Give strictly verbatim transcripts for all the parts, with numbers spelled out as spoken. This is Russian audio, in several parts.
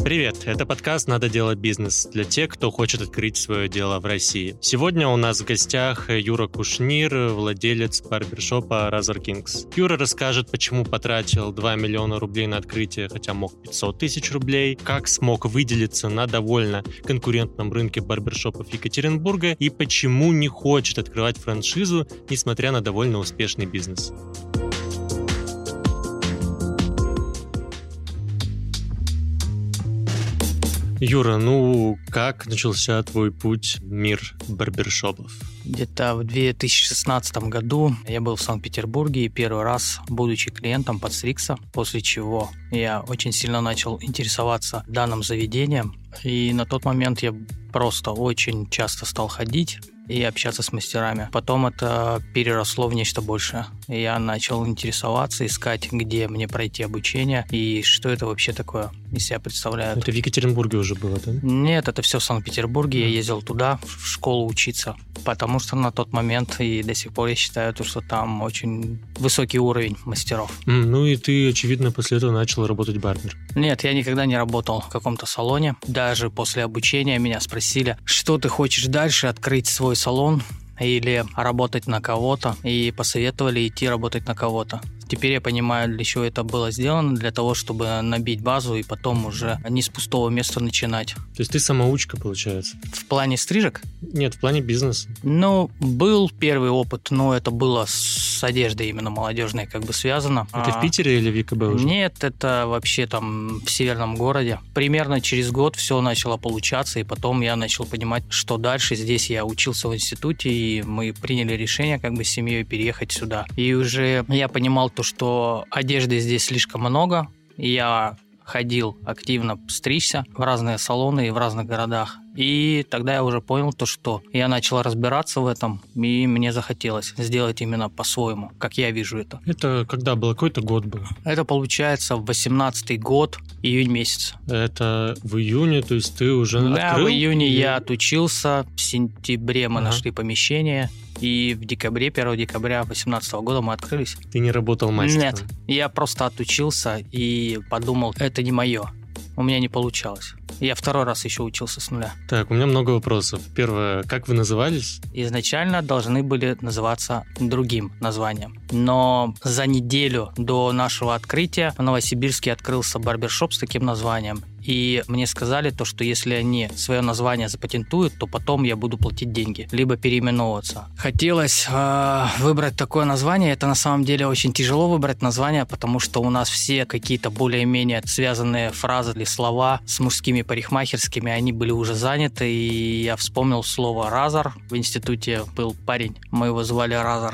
Привет, это подкаст «Надо делать бизнес» для тех, кто хочет открыть свое дело в России. Сегодня у нас в гостях Юра Кушнир, владелец барбершопа Razor Kings. Юра расскажет, почему потратил два миллиона рублей на открытие, хотя мог пятьсот тысяч рублей, как смог выделиться на довольно конкурентном рынке барбершопов Екатеринбурга и почему не хочет открывать франшизу, несмотря на довольно успешный бизнес. Юра, ну как начался твой путь в мир барбершопов? Где-то в две тысячи шестнадцатом году я был в Санкт-Петербурге и первый раз, будучи клиентом, подстригся, после чего я очень сильно начал интересоваться данным заведением. И на тот момент я просто очень часто стал ходить и общаться с мастерами. Потом это переросло в нечто большее. Я начал интересоваться, искать, где мне пройти обучение и что это вообще такое из себя представляет. Это в Екатеринбурге уже было, да? Нет, это все в Санкт-Петербурге. Я ездил туда, в школу учиться, потому что на тот момент и до сих пор я считаю, что там очень высокий уровень мастеров. Mm, ну и ты, очевидно, после этого начал работать барбером. Нет, я никогда не работал в каком-то салоне. Даже после обучения меня спросили, что ты хочешь дальше, открыть свой салон или работать на кого-то, и посоветовали идти работать на кого-то. Теперь я понимаю, для чего это было сделано, для того, чтобы набить базу и потом уже не с пустого места начинать. То есть ты самоучка, получается? В плане стрижек? Нет, в плане бизнеса. Ну, был первый опыт, но это было с одеждой именно молодежной как бы связано. Это а... в Питере или в ЕКБ уже? Нет, это вообще там в северном городе. Примерно через год все начало получаться, и потом я начал понимать, что дальше. Здесь я учился в институте, и мы приняли решение как бы с семьей переехать сюда. И уже я понимал то, что одежды здесь слишком много, и я ходил активно стричься в разные салоны и в разных городах. И тогда я уже понял то, что я начал разбираться в этом, и мне захотелось сделать именно по-своему, как я вижу это. Это когда было? Какой-то год был? Это получается восемнадцатый год, июнь месяц. Это в июне, то есть ты уже да, открыл? Да, в июне и... я отучился, в сентябре мы ага. нашли помещение, и в декабре, первого декабря две тысячи восемнадцатого года мы открылись. Ты не работал мастером? Нет, я просто отучился и подумал, это не мое. У меня не получалось. Я второй раз еще учился с нуля. Так, у меня много вопросов. Первое, как вы назывались? Изначально должны были называться другим названием. Но за неделю до нашего открытия в Новосибирске открылся барбершоп с таким названием. И мне сказали то, что если они свое название запатентуют, то потом я буду платить деньги, либо переименовываться. Хотелось э, выбрать такое название. Это на самом деле очень тяжело выбрать название, потому что у нас все какие-то более-менее связанные фразы или слова с мужскими парикмахерскими, они были уже заняты, и я вспомнил слово «Razor». В институте был парень, мы его звали Razor,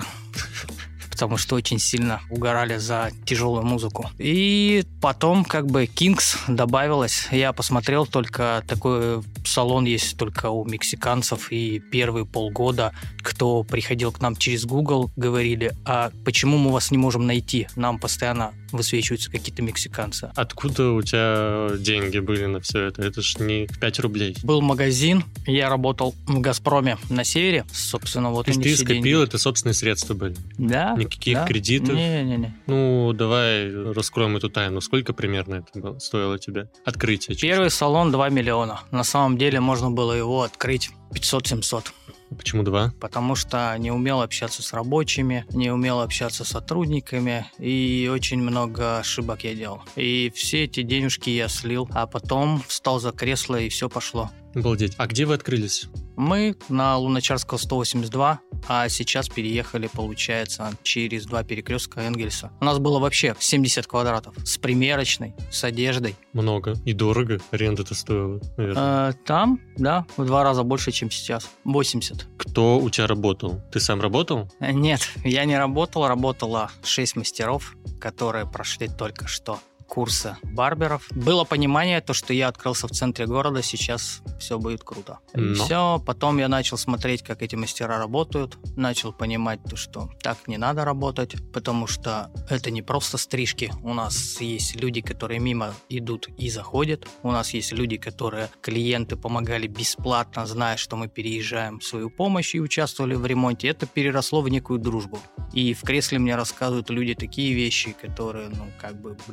потому что очень сильно угорали за тяжелую музыку. И потом как бы Kings добавилось. Я посмотрел, только такой салон есть только у мексиканцев, и первые полгода, кто приходил к нам через Google, говорили, а почему мы вас не можем найти? Нам постоянно высвечиваются какие-то мексиканцы. Откуда у тебя деньги были на все это? Это ж не пять рублей. Был магазин, я работал в «Газпроме» на севере, собственно, вот они все деньги. То есть ты скопил, деньги. это собственные средства были? Да. Никаких да. кредитов? Не-не-не. Ну, давай раскроем эту тайну. Сколько примерно это было, стоило тебе открытие? Первый салон два миллиона. На самом деле можно было его открыть пятьсот-семьсот. Почему два? Потому что не умел общаться с рабочими, не умел общаться с сотрудниками, и очень много ошибок я делал. И все эти денежки я слил, а потом встал за кресло, и все пошло. Обалдеть. А где вы открылись? Мы на Луначарского сто восемьдесят два, а сейчас переехали, получается, через два перекрестка Энгельса. У нас было вообще семьдесят квадратов с примерочной, с одеждой. Много. И дорого. Аренда-то стоила, наверное. А, там, да, в два раза больше, чем сейчас. восемьдесят. Кто у тебя работал? Ты сам работал? Нет, я не работал. Работало шесть мастеров, которые прошли только что курсы барберов. Было понимание, то, что я открылся в центре города, сейчас все будет круто. И Но. все. Потом я начал смотреть, как эти мастера работают, начал понимать, то, что так не надо работать, потому что это не просто стрижки. У нас есть люди, которые мимо идут и заходят. У нас есть люди, которые клиенты помогали бесплатно, зная, что мы переезжаем в свою помощь и участвовали в ремонте. Это переросло в некую дружбу. И в кресле мне рассказывают люди такие вещи, которые, ну, как бы, блин, я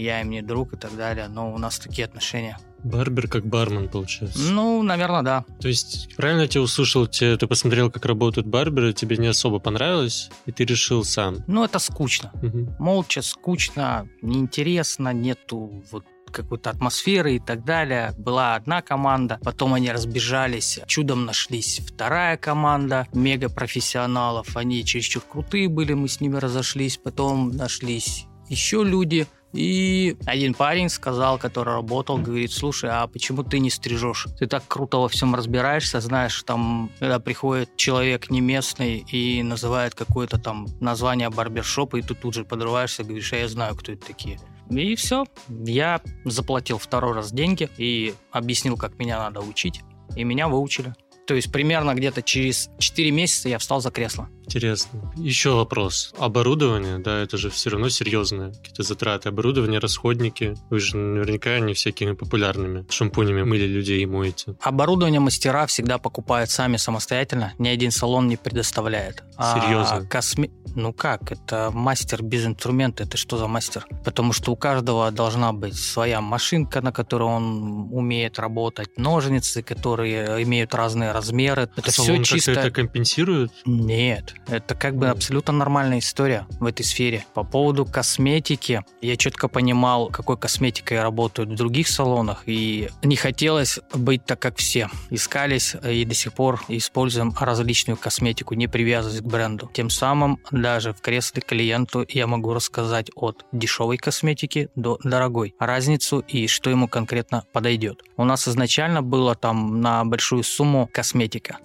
я им не друг и так далее, но у нас такие отношения. Барбер как бармен, получается. Ну, наверное, да. То есть, правильно я тебя услышал, ты посмотрел, как работают барберы, тебе не особо понравилось, и ты решил сам? Ну, это скучно. Угу. Молча, скучно, неинтересно, нету вот какой-то атмосферы и так далее. Была одна команда, потом они разбежались, чудом нашлись вторая команда мега-профессионалов, они чересчур крутые были, мы с ними разошлись, потом нашлись еще люди. И один парень сказал, который работал, говорит: слушай, а почему ты не стрижешь? Ты так круто во всем разбираешься, знаешь, там, когда приходит человек не местный и называет какое-то там название барбершопа, и ты тут же подрываешься, говоришь: а я знаю, кто это такие. И все. Я заплатил второй раз деньги и объяснил, как меня надо учить, и меня выучили. То есть примерно где-то через четыре месяца я встал за кресло. Интересно. Еще вопрос. Оборудование, да, это же все равно серьезные какие-то затраты. Оборудование, расходники. Вы же наверняка не всякими популярными шампунями мыли людей и моете. Оборудование мастера всегда покупают сами самостоятельно. Ни один салон не предоставляет. Серьезно? А косме... Ну как? Это мастер без инструмента. Это что за мастер? Потому что у каждого должна быть своя машинка, на которой он умеет работать, ножницы, которые имеют разные размеры. Это салон все чисто... это компенсирует? Нет. Это как бы абсолютно нормальная история в этой сфере. По поводу косметики, я четко понимал, какой косметикой работают в других салонах, и не хотелось быть так, как все. Искались и до сих пор используем различную косметику, не привязываясь к бренду. Тем самым даже в кресле клиенту я могу рассказать от дешевой косметики до дорогой, разницу и что ему конкретно подойдет. У нас изначально было там на большую сумму косметика.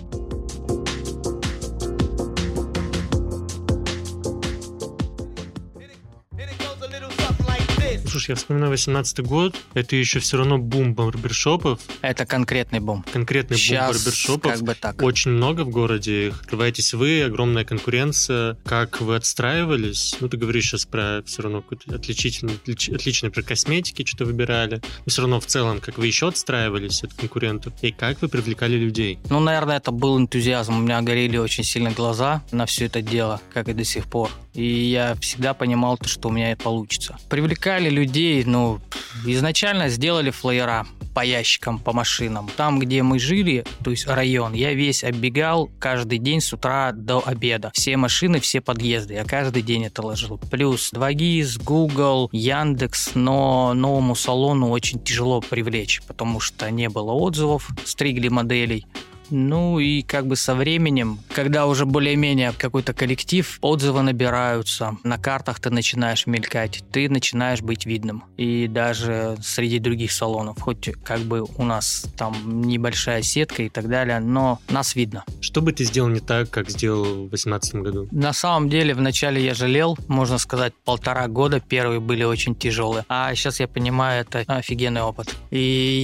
Слушай, я вспоминаю восемнадцатый год, это еще все равно бум барбершопов. Это конкретный бум. Конкретный Сейчас бум барбершопов. Как бы так. Очень много в городе. Открываетесь вы, огромная конкуренция. Как вы отстраивались? Ну, ты говоришь сейчас про все равно какой-то отличительный, отлич, отличный про косметики, что-то выбирали. Но все равно в целом, как вы еще отстраивались от конкурентов? И как вы привлекали людей? Ну, наверное, это был энтузиазм. У меня горели очень сильно глаза на все это дело, как и до сих пор. И я всегда понимал, что у меня это получится. Привлекали людей, ну, изначально сделали флаера по ящикам, по машинам. Там, где мы жили, то есть район, я весь оббегал каждый день с утра до обеда. Все машины, все подъезды. Я каждый день это ложил. Плюс два гис, Google, Яндекс, но новому салону очень тяжело привлечь, потому что не было отзывов, стригли моделей. Ну и как бы со временем, когда уже более-менее какой-то коллектив, отзывы набираются, на картах ты начинаешь мелькать, ты начинаешь быть видным. И даже среди других салонов, хоть как бы у нас там небольшая сетка и так далее, но нас видно. Что бы ты сделал не так, как сделал в восемнадцатом году? На самом деле, вначале я жалел, можно сказать, полтора года первые были очень тяжелые, а сейчас я понимаю, это офигенный опыт. И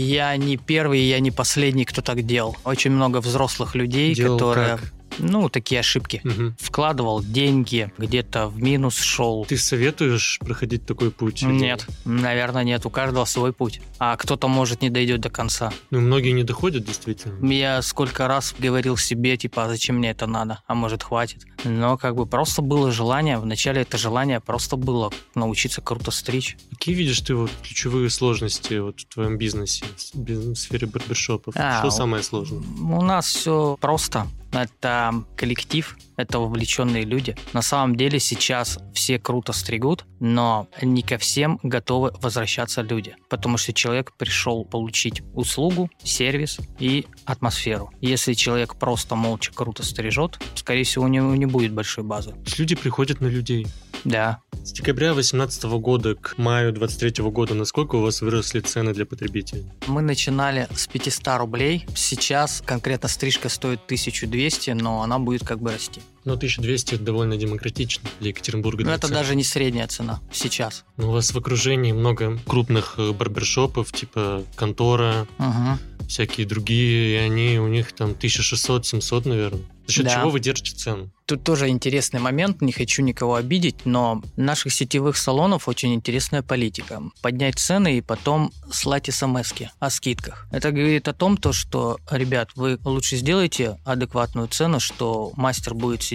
я не первый, я не последний, кто так делал. Очень много взрослых людей, делал которые... Как? Ну, такие ошибки. Угу. Вкладывал деньги, где-то в минус шел. Ты советуешь проходить такой путь? Нет, наверное, нет. У каждого свой путь. А кто-то, может, не дойдет до конца. Ну, многие не доходят, действительно. Я сколько раз говорил себе, типа, а зачем мне это надо? А может, хватит? Но как бы просто было желание. Вначале это желание просто было научиться круто стричь. Какие видишь ты вот ключевые сложности вот в твоем бизнесе, в сфере барбершопов? А, Что самое сложное? У нас все просто. Это коллектив, это вовлеченные люди. На самом деле сейчас все круто стригут, но не ко всем готовы возвращаться люди, потому что человек пришел получить услугу, сервис и атмосферу. Если человек просто молча круто стрижет, скорее всего, у него не будет большой базы. То есть люди приходят на людей? Да. С декабря две тысячи восемнадцатого года к маю две тысячи двадцать третьего года насколько у вас выросли цены для потребителей? Мы начинали с пятьсот рублей. Сейчас конкретно стрижка стоит тысяча двести, но она будет как бы расти. Но тысяча двести это довольно демократично для Екатеринбурга. Но это цен. даже не средняя цена сейчас. Но у вас в окружении много крупных барбершопов, типа Контора, угу. всякие другие, и они, у них там тысяча шестьсот - семьсот, наверное. За счет да. чего вы держите цену? Тут тоже интересный момент, не хочу никого обидеть, но наших сетевых салонов очень интересная политика. Поднять цены и потом слать смс-ки о скидках. Это говорит о том, то, что, ребят, вы лучше сделайте адекватную цену, что мастер будет сидеть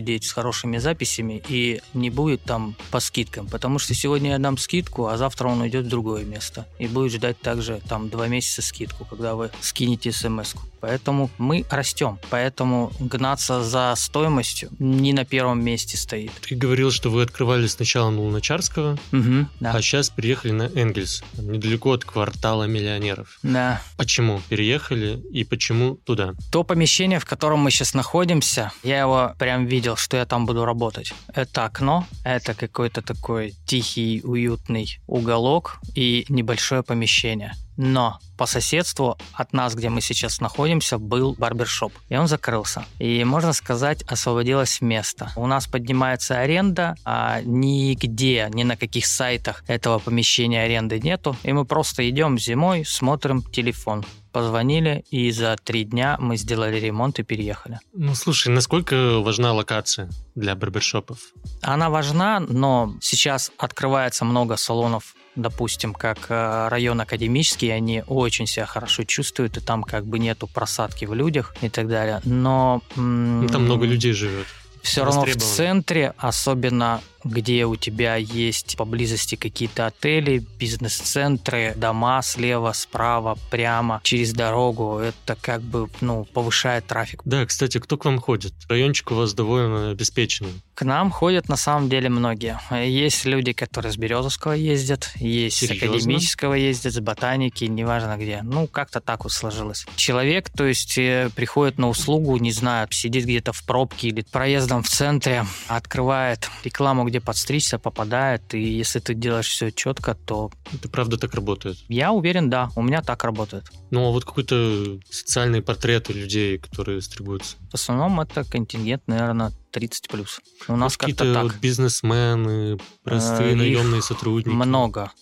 сидеть с хорошими записями и не будет там по скидкам, потому что сегодня я дам скидку, а завтра он уйдет в другое место и будет ждать также там два месяца скидку, когда вы скинете смс-ку. Поэтому мы растем, поэтому гнаться за стоимостью не на первом месте стоит. Ты говорил, что вы открывали сначала на Луначарского, угу, да. а сейчас переехали на Энгельс, недалеко от квартала миллионеров. Да. Почему переехали и почему туда? То помещение, в котором мы сейчас находимся, я его прям видел, что я там буду работать. Это окно, это какой-то такой тихий, уютный уголок и небольшое помещение. Но по соседству от нас, где мы сейчас находимся, был барбершоп, и он закрылся. И, можно сказать, освободилось место. У нас поднимается аренда, а нигде, ни на каких сайтах этого помещения аренды нету, и мы просто идем зимой, смотрим телефон. Позвонили, и за три дня мы сделали ремонт и переехали. Ну, слушай, насколько важна локация для барбершопов? Она важна, но сейчас открывается много салонов, допустим, как район Академический, они очень себя хорошо чувствуют, и там как бы нету просадки в людях и так далее. Но... Ну, там много людей живет. Все равно в центре, особенно где у тебя есть поблизости какие-то отели, бизнес-центры, дома слева, справа, прямо, через дорогу, это как бы, ну, повышает трафик. Да, кстати, кто к вам ходит? Райончик у вас довольно обеспеченный. К нам ходят на самом деле многие. Есть люди, которые с Березовского ездят, есть Серьезно? с Академического ездят, с Ботаники, неважно где. Ну, как-то так вот сложилось. Человек, то есть, приходит на услугу, не знаю, сидит где-то в пробке или проездом в центре, открывает рекламу, где подстричься, попадает, и если ты делаешь все четко, то... Это правда так работает? Я уверен, да, у меня так работает. Ну, а вот какой-то социальные портреты людей, которые стригутся? В основном это контингент, наверное, тридцать плюс. У нас какие-то как-то так. Вот бизнесмены, простые Э, наемные сотрудники. Много.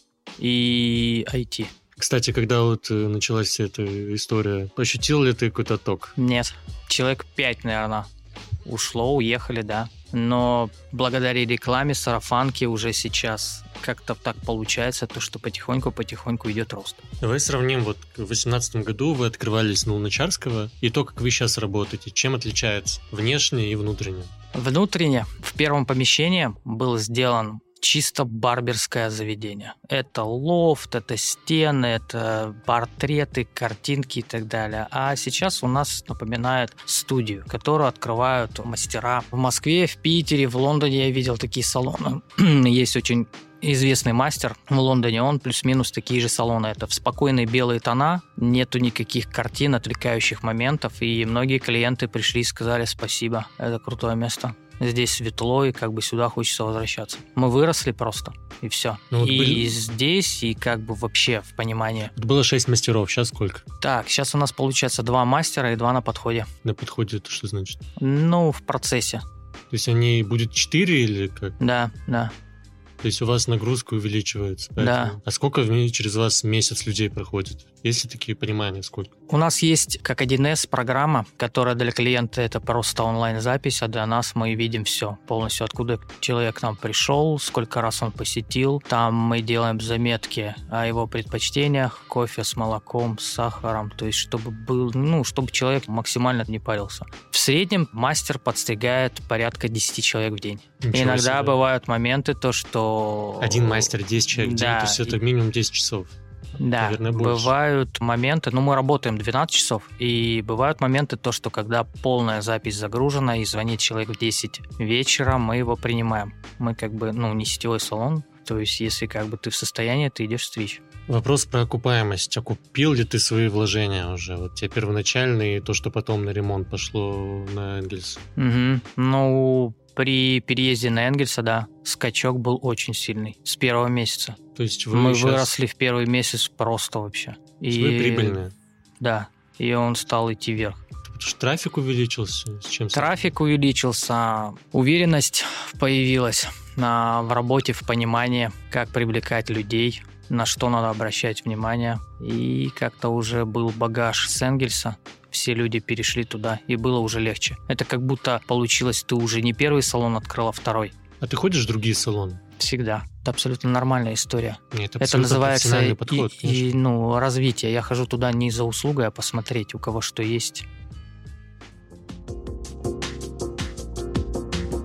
И ай ти. Кстати, когда вот началась вся эта история, ощутил ли ты какой-то отток? Нет. Человек пять, наверное, ушло, уехали, да. Но благодаря рекламе, сарафанке уже сейчас как-то так получается, то, что потихоньку-потихоньку идет рост. Давай сравним, вот в две тысячи восемнадцатом году вы открывались на Луначарского, и то, как вы сейчас работаете, чем отличается внешне и внутренне? Внутренне в первом помещении был сделан чисто барберское заведение. Это лофт, это стены, это портреты, картинки и так далее. А сейчас у нас напоминает студию, которую открывают мастера. В Москве, в Питере, в Лондоне я видел такие салоны. Есть очень известный мастер в Лондоне, он плюс-минус такие же салоны. Это в спокойные белые тона, нету никаких картин, отвлекающих моментов, и многие клиенты пришли и сказали спасибо, это крутое место. Здесь светло, и как бы сюда хочется возвращаться. Мы выросли просто, и все. Ну, вот и были... здесь, и как бы вообще в понимании. Это было шесть мастеров, сейчас сколько? Так, сейчас у нас получается два мастера и два на подходе. На подходе это что значит? Ну, в процессе. То есть они будет четыре или как? Да, да. То есть у вас нагрузка увеличивается. Поэтому... Да. А сколько в месяц, через вас месяц людей проходит? Есть ли такие понимания, сколько? У нас есть как один эс программа, которая для клиента это просто онлайн-запись, а для нас мы видим все полностью, откуда человек к нам пришел, сколько раз он посетил. Там мы делаем заметки о его предпочтениях, кофе с молоком, с сахаром, то есть чтобы был, ну, чтобы человек максимально не парился. В среднем мастер подстригает порядка десять человек в день. Ничего Иногда себе. Бывают моменты, то что... Один мастер, десять человек в день, Да. то есть это минимум десять часов. Да, Наверное, больше. бывают моменты, ну мы работаем двенадцать часов, и бывают моменты, то, что когда полная запись загружена и звонит человек в десять вечера, мы его принимаем. Мы как бы, ну, не сетевой салон, то есть если как бы ты в состоянии, ты идешь встреч. Вопрос про окупаемость. Окупил ли ты свои вложения уже? Вот те первоначальные, и то, что потом на ремонт пошло на Энгельс. Угу. Ну, при переезде на Энгельса, да, скачок был очень сильный с первого месяца. То есть вы Мы сейчас выросли в первый месяц просто вообще. вы И... прибыльные. Да, и он стал идти вверх. Потому что трафик увеличился. С чем Трафик увеличился, уверенность появилась на, в работе, в понимании, как привлекать людей, на что надо обращать внимание. И как-то уже был багаж с Энгельса, все люди перешли туда, и было уже легче. Это как будто получилось, ты уже не первый салон открыл, а второй. А ты ходишь в другие салоны? Всегда. Это абсолютно нормальная история. Нет, Это называется профессиональный и, подход, и, ну, развитие. Я хожу туда не за услугой, а посмотреть, у кого что есть.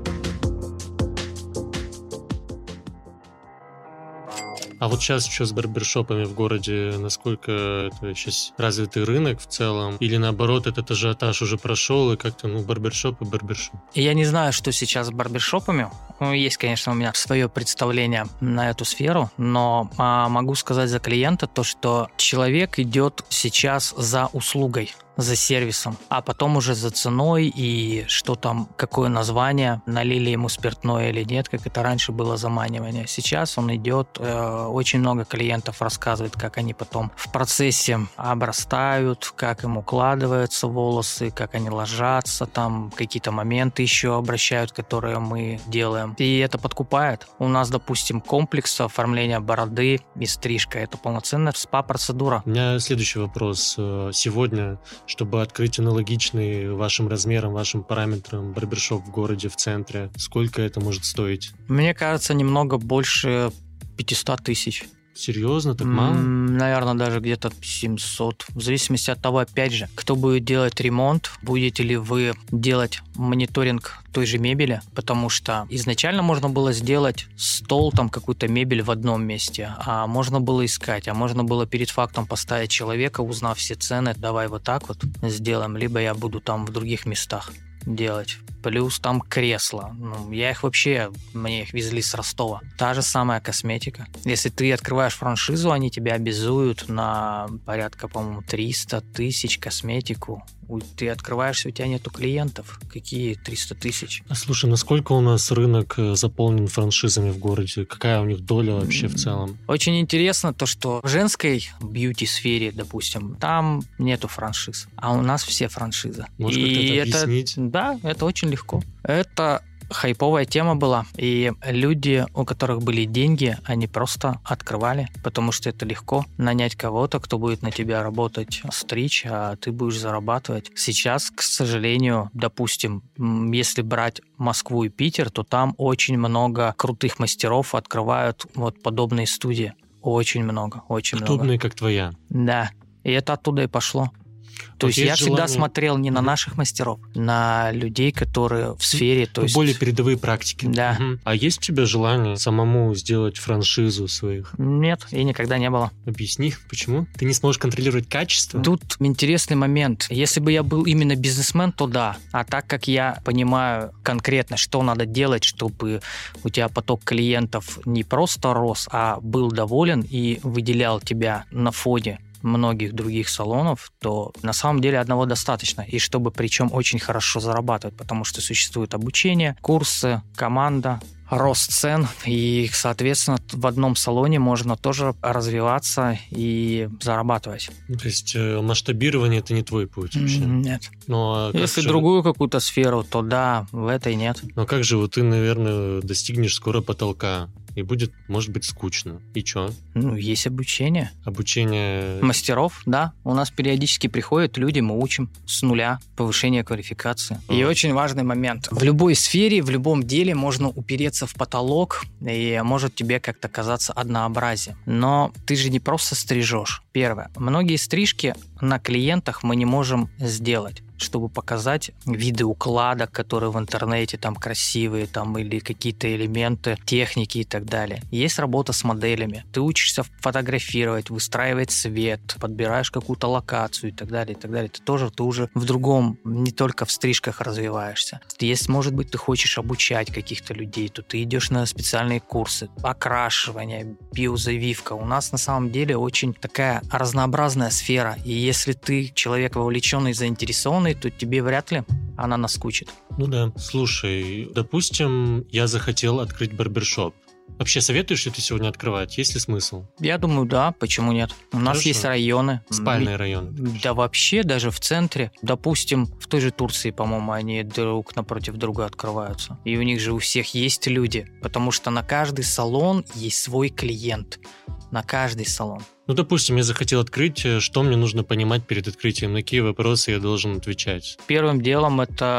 А вот сейчас что с барбершопами в городе? Насколько это сейчас развитый рынок в целом? Или наоборот, этот ажиотаж уже прошел, и как-то, ну, барбершоп и барбершоп? Я не знаю, что сейчас с барбершопами. Ну, есть, конечно, у меня свое представление на эту сферу, но а, могу сказать за клиента то, что человек идет сейчас за услугой, за сервисом, а потом уже за ценой и что там, какое название, налили ему спиртное или нет, как это раньше было заманивание. Сейчас он идет, э, очень много клиентов рассказывает, как они потом в процессе обрастают, как им укладываются волосы, как они ложатся, там какие-то моменты еще обращают, которые мы делаем. И это подкупает. У нас, допустим, комплекс оформления бороды и стрижка – это полноценная спа-процедура. У меня следующий вопрос. Сегодня, чтобы открыть аналогичный вашим размерам, вашим параметрам барбершоп в городе, в центре, сколько это может стоить? Мне кажется, немного больше пятьсот тысяч. Серьезно? Так мало? М, Наверное, даже где-то семьсот. В зависимости от того, опять же, кто будет делать ремонт, будете ли вы делать мониторинг той же мебели, потому что изначально можно было сделать стол, там какую-то мебель в одном месте, а можно было искать, а можно было перед фактом поставить человека, узнав все цены, давай вот так вот сделаем, либо я буду там в других местах делать. Плюс там кресла. Ну, я их вообще, мне их везли с Ростова. Та же самая косметика. Если ты открываешь франшизу, они тебя обязуют на порядка, по-моему, триста тысяч косметику. Ты открываешься, у тебя нету клиентов. Какие триста тысяч? А слушай, насколько у нас рынок заполнен франшизами в городе? Какая у них доля вообще в целом? Очень интересно то, что в женской бьюти-сфере, допустим, там нету франшиз, а у нас все франшизы. Можешь как-то это это, объяснить? да, это очень легко. Это хайповая тема была, и люди, у которых были деньги, они просто открывали, потому что это легко нанять кого-то, кто будет на тебя работать, стричь, а ты будешь зарабатывать. Сейчас, к сожалению, допустим, если брать Москву и Питер, то там очень много крутых мастеров открывают вот подобные студии. Очень много, очень много. Подобные, как твоя. Да, и это оттуда и пошло. То Вот есть есть я всегда желание- смотрел не на Мгм. наших мастеров, на людей, которые в сфере, то Ну, есть... более передовые практики. Да. Мгм. А есть у тебя желание самому сделать франшизу своих? Нет, и никогда не было. Объясни, почему? Ты не сможешь контролировать качество? Тут интересный момент. Если бы я был именно бизнесмен, то да. А так как я понимаю конкретно, что надо делать, чтобы у тебя поток клиентов не просто рос, а был доволен и выделял тебя на фоне многих других салонов, то на самом деле одного достаточно. И чтобы причем очень хорошо зарабатывать, потому что существует обучение, курсы, команда, рост цен, и, соответственно, в одном салоне можно тоже развиваться и зарабатывать. Ну, то есть э, масштабирование — это не твой путь вообще? М, Нет. Ну, а как Если же- другую какую-то сферу, то да, в этой нет. Ну, как же вот ты, наверное, достигнешь скоро потолка, и будет, может быть, скучно. И чё? Ну, есть обучение. Обучение... Мастеров, да. У нас периодически приходят люди, мы учим с нуля повышение квалификации. И А. очень важный момент. В любой сфере, в любом деле можно упереться в потолок, и может тебе как-то казаться однообразие. Но ты же не просто стрижешь. Первое. Многие стрижки на клиентах мы не можем сделать, чтобы показать виды укладок, которые в интернете там красивые, там или какие-то элементы техники и так далее. Есть работа с моделями. Ты учишься фотографировать, выстраивать свет, подбираешь какую-то локацию и так далее, и так далее. Ты тоже, ты уже в другом, не только в стрижках развиваешься. Если, может быть, ты хочешь обучать каких-то людей, то ты идешь на специальные курсы. Окрашивание, биозавивка. У нас на самом деле очень такая разнообразная сфера. И если ты человек вовлеченный, заинтересованный, то тебе вряд ли она наскучит. Ну да. Слушай, допустим, я захотел открыть барбершоп. Вообще советуешь ли ты сегодня открывать? Есть ли смысл? Я думаю, да, почему нет? У нас Хорошо. есть районы. Спальные районы. Да вообще, даже в центре. Допустим, в той же Турции, по-моему, они друг напротив друга открываются. И у них же у всех есть люди, потому что на каждый салон есть свой клиент. На каждый салон. Ну, допустим, я захотел открыть, что мне нужно понимать перед открытием, на какие вопросы я должен отвечать. Первым делом это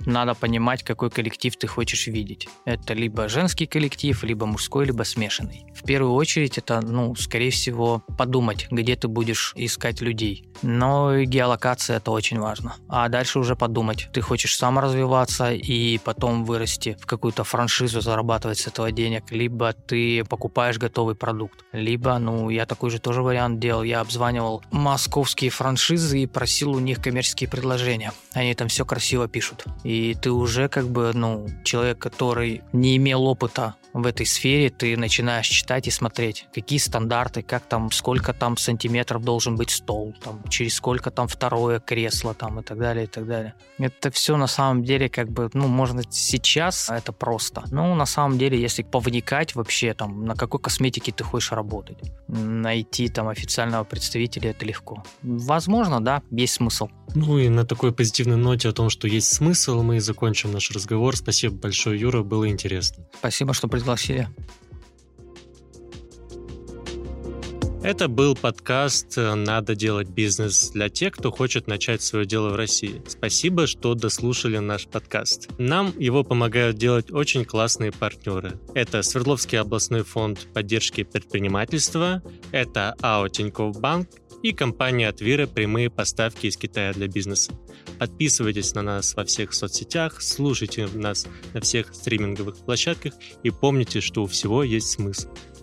надо понимать, какой коллектив ты хочешь видеть. Это либо женский коллектив, либо мужской, либо смешанный. В первую очередь это, ну, скорее всего, подумать, где ты будешь искать людей. Но и геолокация – это очень важно. А дальше уже подумать. Ты хочешь сам развиваться и потом вырасти в какую-то франшизу, зарабатывать с этого денег, либо ты покупаешь готовый продукт. Либо, ну, я такой же тоже вариант делал. Я обзванивал московские франшизы и просил у них коммерческие предложения. Они там все красиво пишут. И ты уже как бы, ну, человек, который не имел опыта в этой сфере, ты начинаешь читать и смотреть, какие стандарты, как там, сколько там сантиметров должен быть стол, там, через сколько там второе кресло там, и так далее, и так далее. Это все на самом деле как бы, ну, можно сейчас это просто. Но на самом деле, если повникать вообще, там, на какой косметике ты хочешь работать, найти там официального представителя, это легко. Возможно, да, есть смысл. Ну и на такой позитивной ноте о том, что есть смысл, мы и закончим наш разговор. Спасибо большое, Юра, было интересно. Спасибо, что пригласили. Это был подкаст «Надо делать бизнес» для тех, кто хочет начать свое дело в России. Спасибо, что дослушали наш подкаст. Нам его помогают делать очень классные партнеры. Это Свердловский областной фонд поддержки предпринимательства, это АО Тинькофф Банк и компания Atwira «Прямые поставки из Китая для бизнеса». Подписывайтесь на нас во всех соцсетях, слушайте нас на всех стриминговых площадках и помните, что у всего есть смысл.